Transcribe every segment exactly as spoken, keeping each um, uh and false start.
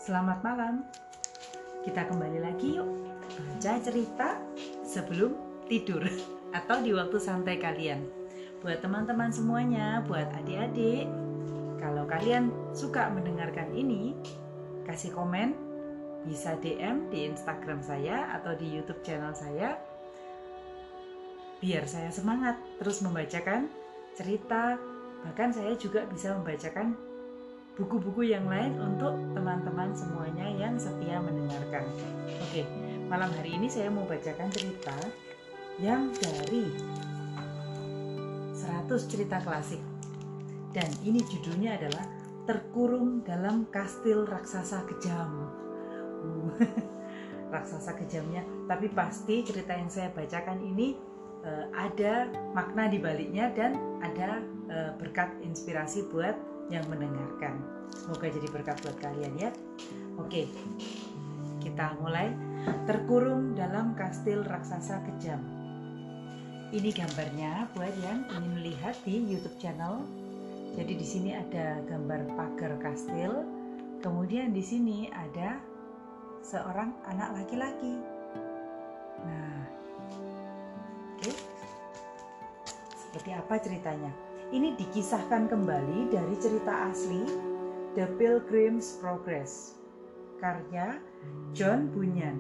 Selamat malam. Kita kembali lagi yuk baca cerita sebelum tidur atau di waktu santai kalian. Buat teman-teman semuanya, buat adik-adik, kalau kalian suka mendengarkan ini, kasih komen, bisa D M di Instagram saya atau di YouTube channel saya, biar saya semangat terus membacakan cerita. Bahkan saya juga bisa membacakan buku-buku yang lain untuk teman-teman semuanya yang setia mendengarkan. Oke, malam hari ini saya mau bacakan cerita yang dari seratus cerita klasik. Dan ini judulnya adalah Terkurung dalam Kastil Raksasa Kejam. Uh, raksasa kejamnya, tapi pasti cerita yang saya bacakan ini uh, ada makna di baliknya dan ada uh, berkat inspirasi buat yang mendengarkan. Semoga jadi berkat buat kalian ya. Oke, kita mulai. Terkurung dalam Kastil Raksasa Kejam. Ini gambarnya buat yang ingin melihat di YouTube channel. Jadi di sini ada gambar pagar kastil. Kemudian di sini ada seorang anak laki-laki. Nah, oke. Seperti apa ceritanya? Ini dikisahkan kembali dari cerita asli The Pilgrim's Progress, karya John Bunyan.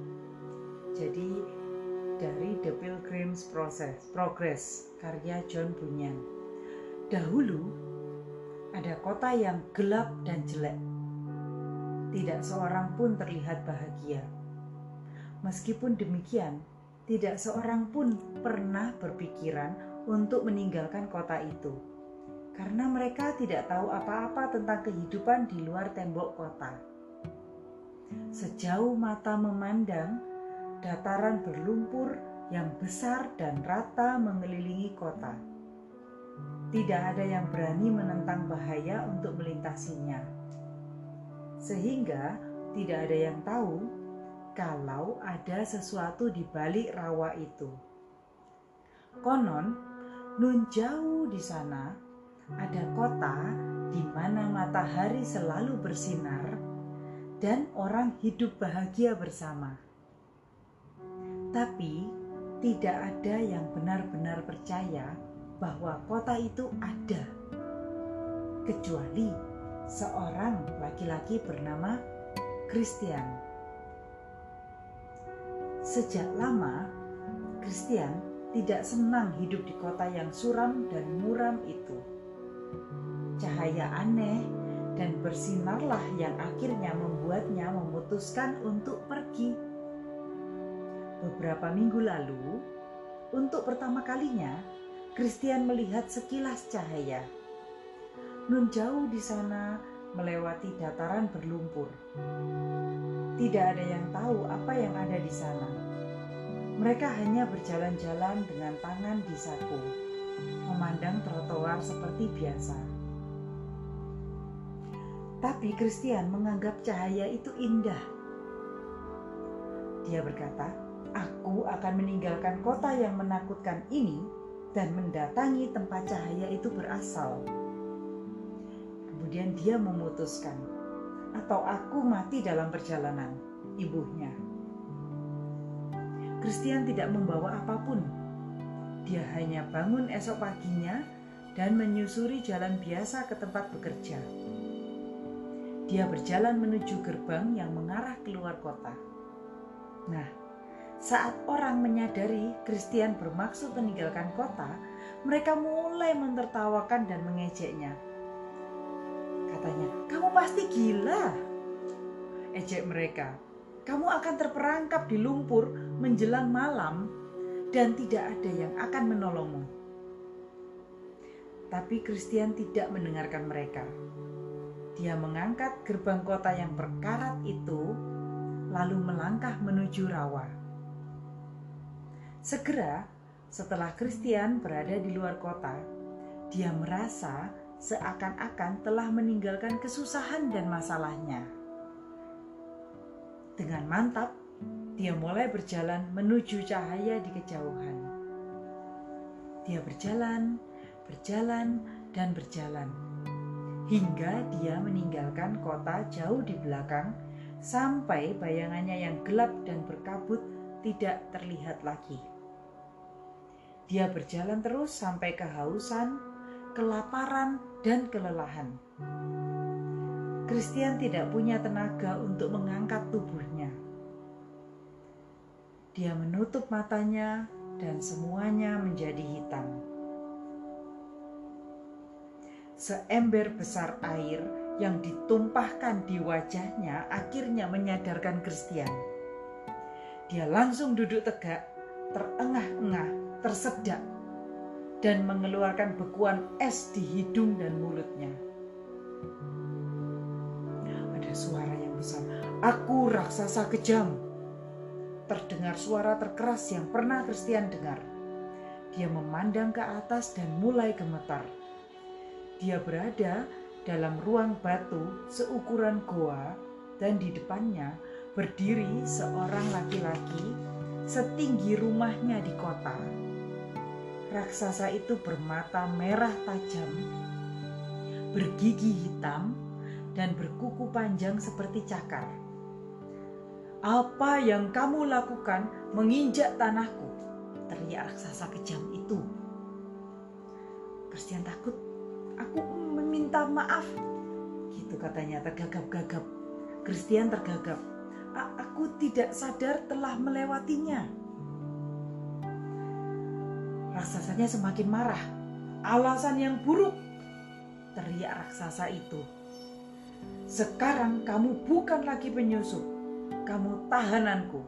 Jadi dari The Pilgrim's Process, Progress, karya John Bunyan. Dahulu ada kota yang gelap dan jelek. Tidak seorang pun terlihat bahagia. Meskipun demikian, tidak seorang pun pernah berpikiran untuk meninggalkan kota itu, karena mereka tidak tahu apa-apa tentang kehidupan di luar tembok kota. Sejauh mata memandang, dataran berlumpur yang besar dan rata mengelilingi kota. Tidak ada yang berani menentang bahaya untuk melintasinya, sehingga tidak ada yang tahu kalau ada sesuatu di balik rawa itu. Konon, nun jauh di sana ada kota di mana matahari selalu bersinar dan orang hidup bahagia bersama. Tapi tidak ada yang benar-benar percaya bahwa kota itu ada, kecuali seorang laki-laki bernama Christian. Sejak lama, Christian tidak senang hidup di kota yang suram dan muram itu. Cahaya aneh dan bersinarlah yang akhirnya membuatnya memutuskan untuk pergi. Beberapa minggu lalu, untuk pertama kalinya, Christian melihat sekilas cahaya. Nun jauh di sana melewati dataran berlumpur. Tidak ada yang tahu apa yang ada di sana. Mereka hanya berjalan-jalan dengan tangan di saku, memandang trotoar seperti biasa. Tapi Christian menganggap cahaya itu indah. Dia berkata, "Aku akan meninggalkan kota yang menakutkan ini dan mendatangi tempat cahaya itu berasal." Kemudian dia memutuskan, "Atau aku mati dalam perjalanan," ibunya. Christian tidak membawa apapun. Dia hanya bangun esok paginya dan menyusuri jalan biasa ke tempat bekerja. Dia berjalan menuju gerbang yang mengarah keluar kota. Nah, saat orang menyadari Christian bermaksud meninggalkan kota, mereka mulai mentertawakan dan mengejeknya. Katanya, "Kamu pasti gila," ejek mereka. "Kamu akan terperangkap di lumpur menjelang malam dan tidak ada yang akan menolongmu." Tapi Christian tidak mendengarkan mereka. Dia mengangkat gerbang kota yang berkarat itu, lalu melangkah menuju rawa. Segera setelah Christian berada di luar kota, dia merasa seakan-akan telah meninggalkan kesusahan dan masalahnya. Dengan mantap, dia mulai berjalan menuju cahaya di kejauhan. Dia berjalan, berjalan, dan berjalan. hingga dia meninggalkan kota jauh di belakang sampai bayangannya yang gelap dan berkabut tidak terlihat lagi. Dia berjalan terus sampai kehausan, kelaparan, dan kelelahan. Christian tidak punya tenaga untuk mengangkat tubuhnya. Dia menutup matanya dan semuanya menjadi hitam. Seember besar air yang ditumpahkan di wajahnya akhirnya menyadarkan Christian. Dia langsung duduk tegak, terengah-engah, tersedak, dan mengeluarkan bekuan es di hidung dan mulutnya. Ada suara yang besar, "Aku raksasa kejam." Terdengar suara terkeras yang pernah Christian dengar. Dia memandang ke atas dan mulai gemetar. Dia berada dalam ruang batu seukuran goa dan di depannya berdiri seorang laki-laki setinggi rumahnya di kota. Raksasa itu bermata merah tajam, bergigi hitam, dan berkuku panjang seperti cakar. "Apa yang kamu lakukan menginjak tanahku?" teriak raksasa kejam itu. Christian takut. "Aku meminta maaf," gitu katanya tergagap-gagap. Christian tergagap. "Aku tidak sadar telah melewatinya." Raksasanya semakin marah. "Alasan yang buruk," teriak raksasa itu. "Sekarang kamu bukan lagi penyusup, kamu tahananku."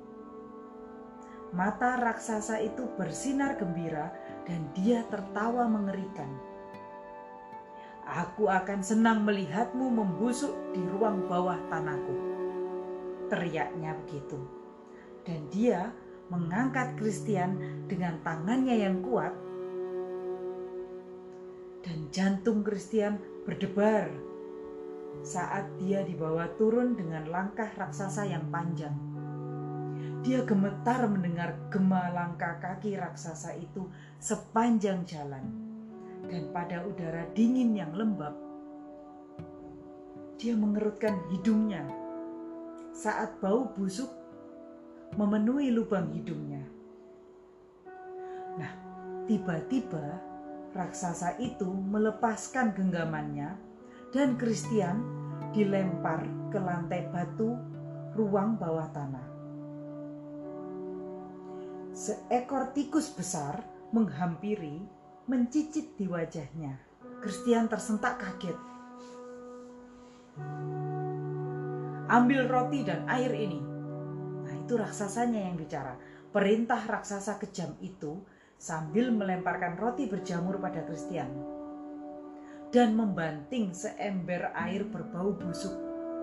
Mata raksasa itu bersinar gembira dan dia tertawa mengerikan. "Aku akan senang melihatmu membusuk di ruang bawah tanahku," teriaknya begitu. Dan dia mengangkat Christian dengan tangannya yang kuat. Dan jantung Christian berdebar saat dia dibawa turun dengan langkah raksasa yang panjang. Dia gemetar mendengar gema langkah kaki raksasa itu sepanjang jalan. Dan pada udara dingin yang lembab, dia mengerutkan hidungnya saat bau busuk memenuhi lubang hidungnya. Nah, tiba-tiba raksasa itu melepaskan genggamannya dan Christian dilempar ke lantai batu ruang bawah tanah. Seekor tikus besar menghampiri, mencicit di wajahnya. Christian tersentak kaget. "Ambil roti dan air ini." Nah, itu raksasanya yang bicara. Perintah raksasa kejam itu sambil melemparkan roti berjamur pada Christian dan membanting seember air berbau busuk.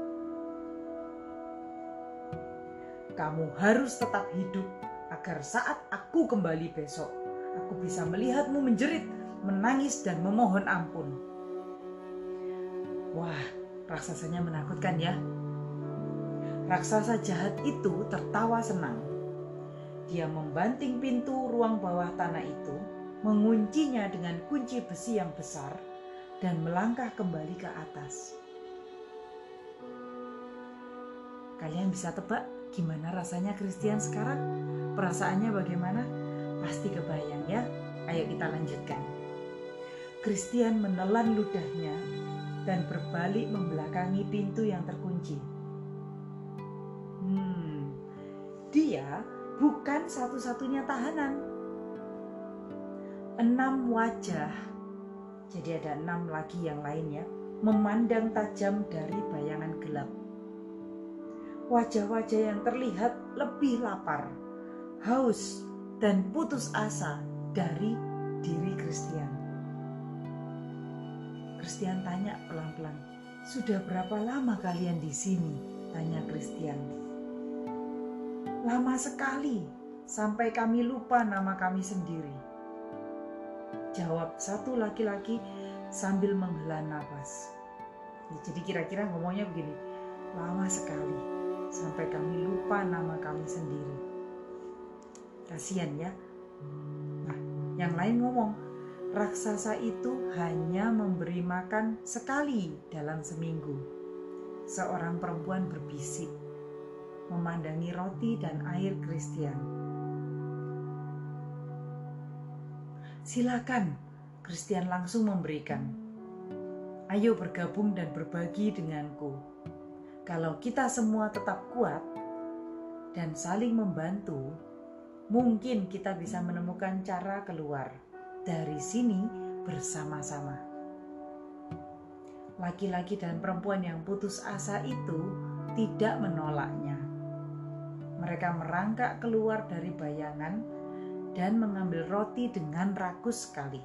"Kamu harus tetap hidup agar saat aku kembali besok, aku bisa melihatmu menjerit, menangis, dan memohon ampun." Wah, raksasanya menakutkan ya. Raksasa jahat itu tertawa senang. Dia membanting pintu ruang bawah tanah itu, menguncinya dengan kunci besi yang besar, dan melangkah kembali ke atas. Kalian bisa tebak gimana rasanya Christian sekarang? Perasaannya bagaimana? Pasti kebayang ya. Ayo kita lanjutkan. Christian menelan ludahnya dan berbalik membelakangi pintu yang terkunci. Hmm, dia bukan satu-satunya tahanan. Enam wajah, jadi ada enam lagi yang lainnya, memandang tajam dari bayangan gelap. Wajah-wajah yang terlihat lebih lapar, haus, dan putus asa dari diri Christian. Christian tanya pelan-pelan, "Sudah berapa lama kalian di sini?" tanya Christian. "Lama sekali, sampai kami lupa nama kami sendiri," jawab satu laki-laki sambil menghela nafas. Ya, jadi kira-kira ngomongnya begini, "Lama sekali, sampai kami lupa nama kami sendiri." Kasian ya. Nah, yang lain ngomong, raksasa itu hanya memberi makan sekali dalam seminggu. Seorang perempuan berbisik, memandangi roti dan air Christian. Silakan, Christian langsung memberikan. Ayo bergabung dan berbagi denganku. Kalau kita semua tetap kuat dan saling membantu, mungkin kita bisa menemukan cara keluar dari sini bersama-sama. Laki-laki dan perempuan yang putus asa itu tidak menolaknya. Mereka merangkak keluar dari bayangan dan mengambil roti dengan rakus sekali.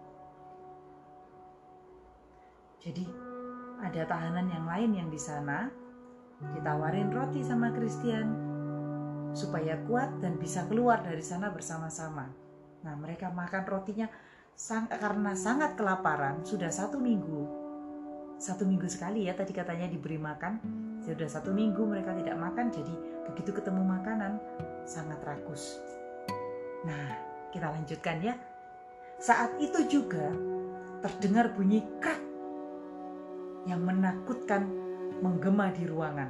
Jadi ada tahanan yang lain yang di sana ditawarin roti sama Christian supaya kuat dan bisa keluar dari sana bersama-sama. Nah, mereka makan rotinya sang, karena sangat kelaparan, sudah satu minggu. Satu minggu sekali ya, tadi katanya diberi makan. Sudah satu minggu mereka tidak makan, jadi begitu ketemu makanan, sangat rakus. Nah, kita lanjutkan ya. Saat itu juga terdengar bunyi krak yang menakutkan menggema di ruangan.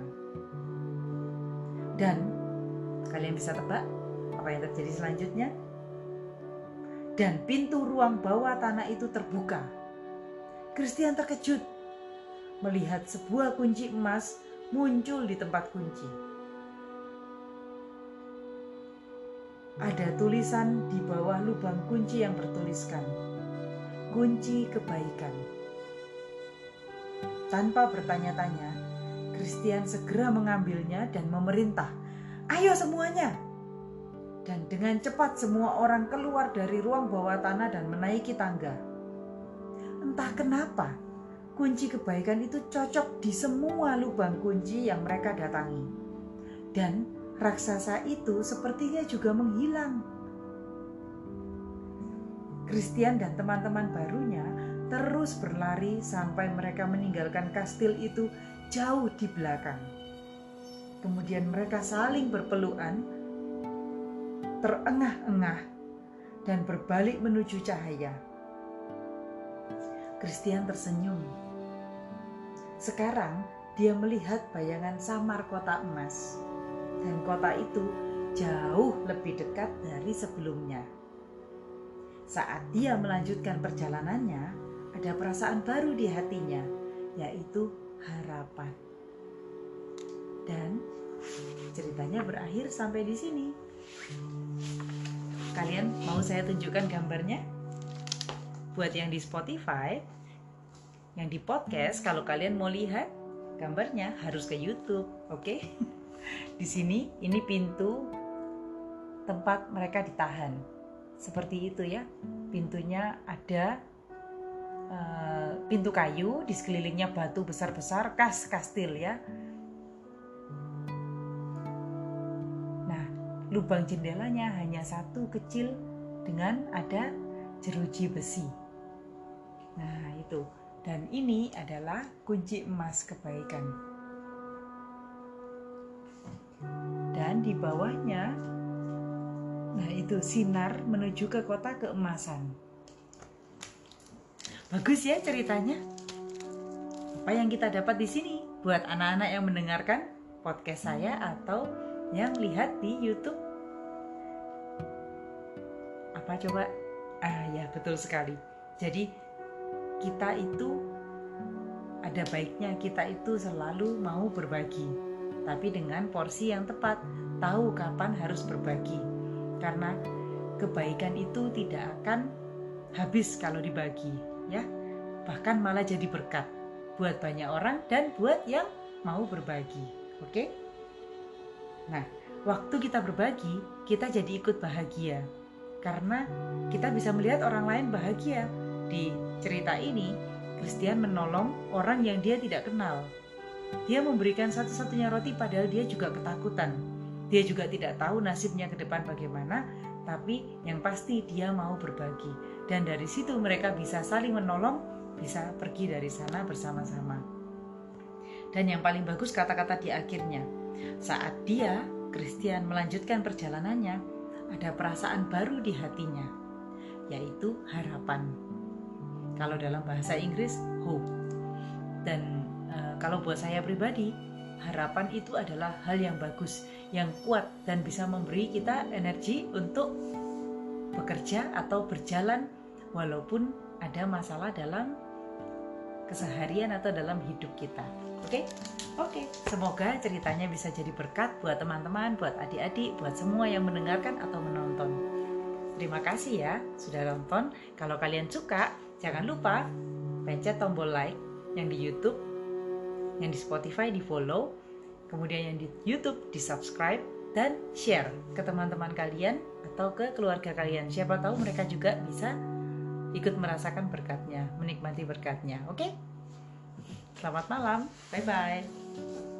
Dan kalian bisa tebak apa yang terjadi selanjutnya? Dan pintu ruang bawah tanah itu terbuka. Christian terkejut melihat sebuah kunci emas muncul di tempat kunci. Ada tulisan di bawah lubang kunci yang bertuliskan, kunci kebaikan. Tanpa bertanya-tanya, Christian segera mengambilnya dan memerintah, "Ayo semuanya!" Dan dengan cepat semua orang keluar dari ruang bawah tanah dan menaiki tangga. Entah kenapa, kunci kebaikan itu cocok di semua lubang kunci yang mereka datangi. Dan raksasa itu sepertinya juga menghilang. Christian dan teman-teman barunya terus berlari sampai mereka meninggalkan kastil itu jauh di belakang. Kemudian mereka saling berpelukan, terengah-engah, dan berbalik menuju cahaya. Christian tersenyum. Sekarang dia melihat bayangan samar kota emas, dan kota itu jauh lebih dekat dari sebelumnya. Saat dia melanjutkan perjalanannya, ada perasaan baru di hatinya, yaitu harapan. Dan ceritanya berakhir sampai di sini. Kalian mau saya tunjukkan gambarnya? Buat yang di Spotify, yang di podcast, kalau kalian mau lihat gambarnya harus ke YouTube, oke? Okay? Di sini ini pintu tempat mereka ditahan. Seperti itu ya. Pintunya ada uh, pintu kayu, di sekelilingnya batu besar-besar, khas kastil ya. Lubang jendelanya hanya satu kecil dengan ada jeruji besi. Nah itu, dan ini adalah kunci emas kebaikan. Dan di bawahnya, nah itu sinar menuju ke kota keemasan. Bagus ya ceritanya. Apa yang kita dapat di sini buat anak-anak yang mendengarkan podcast saya atau yang lihat di YouTube? Apa coba? Ah ya, betul sekali. Jadi kita itu ada baiknya kita itu selalu mau berbagi, tapi dengan porsi yang tepat, tahu kapan harus berbagi. Karena kebaikan itu tidak akan habis kalau dibagi, ya. Bahkan malah jadi berkat buat banyak orang dan buat yang mau berbagi. Oke? Nah, waktu kita berbagi, kita jadi ikut bahagia. Karena kita bisa melihat orang lain bahagia. Di cerita ini, Christian menolong orang yang dia tidak kenal. Dia memberikan satu-satunya roti padahal dia juga ketakutan. Dia juga tidak tahu nasibnya ke depan bagaimana, tapi yang pasti dia mau berbagi. Dan dari situ mereka bisa saling menolong, bisa pergi dari sana bersama-sama. Dan yang paling bagus kata-kata di akhirnya. Saat dia, Christian, melanjutkan perjalanannya, ada perasaan baru di hatinya, yaitu harapan. Kalau dalam bahasa Inggris, hope. Dan e, kalau buat saya pribadi, harapan itu adalah hal yang bagus, yang kuat dan bisa memberi kita energi untuk bekerja atau berjalan walaupun ada masalah dalam keseharian atau dalam hidup kita. Oke? Oke, semoga ceritanya bisa jadi berkat buat teman-teman, buat adik-adik, buat semua yang mendengarkan atau menonton. Terima kasih ya sudah nonton. Kalau kalian suka, jangan lupa pencet tombol like yang di YouTube, yang di Spotify di follow, kemudian yang di YouTube di subscribe, dan share ke teman-teman kalian atau ke keluarga kalian. Siapa tahu mereka juga bisa ikut merasakan berkatnya, menikmati berkatnya. Oke? Selamat malam. Bye-bye.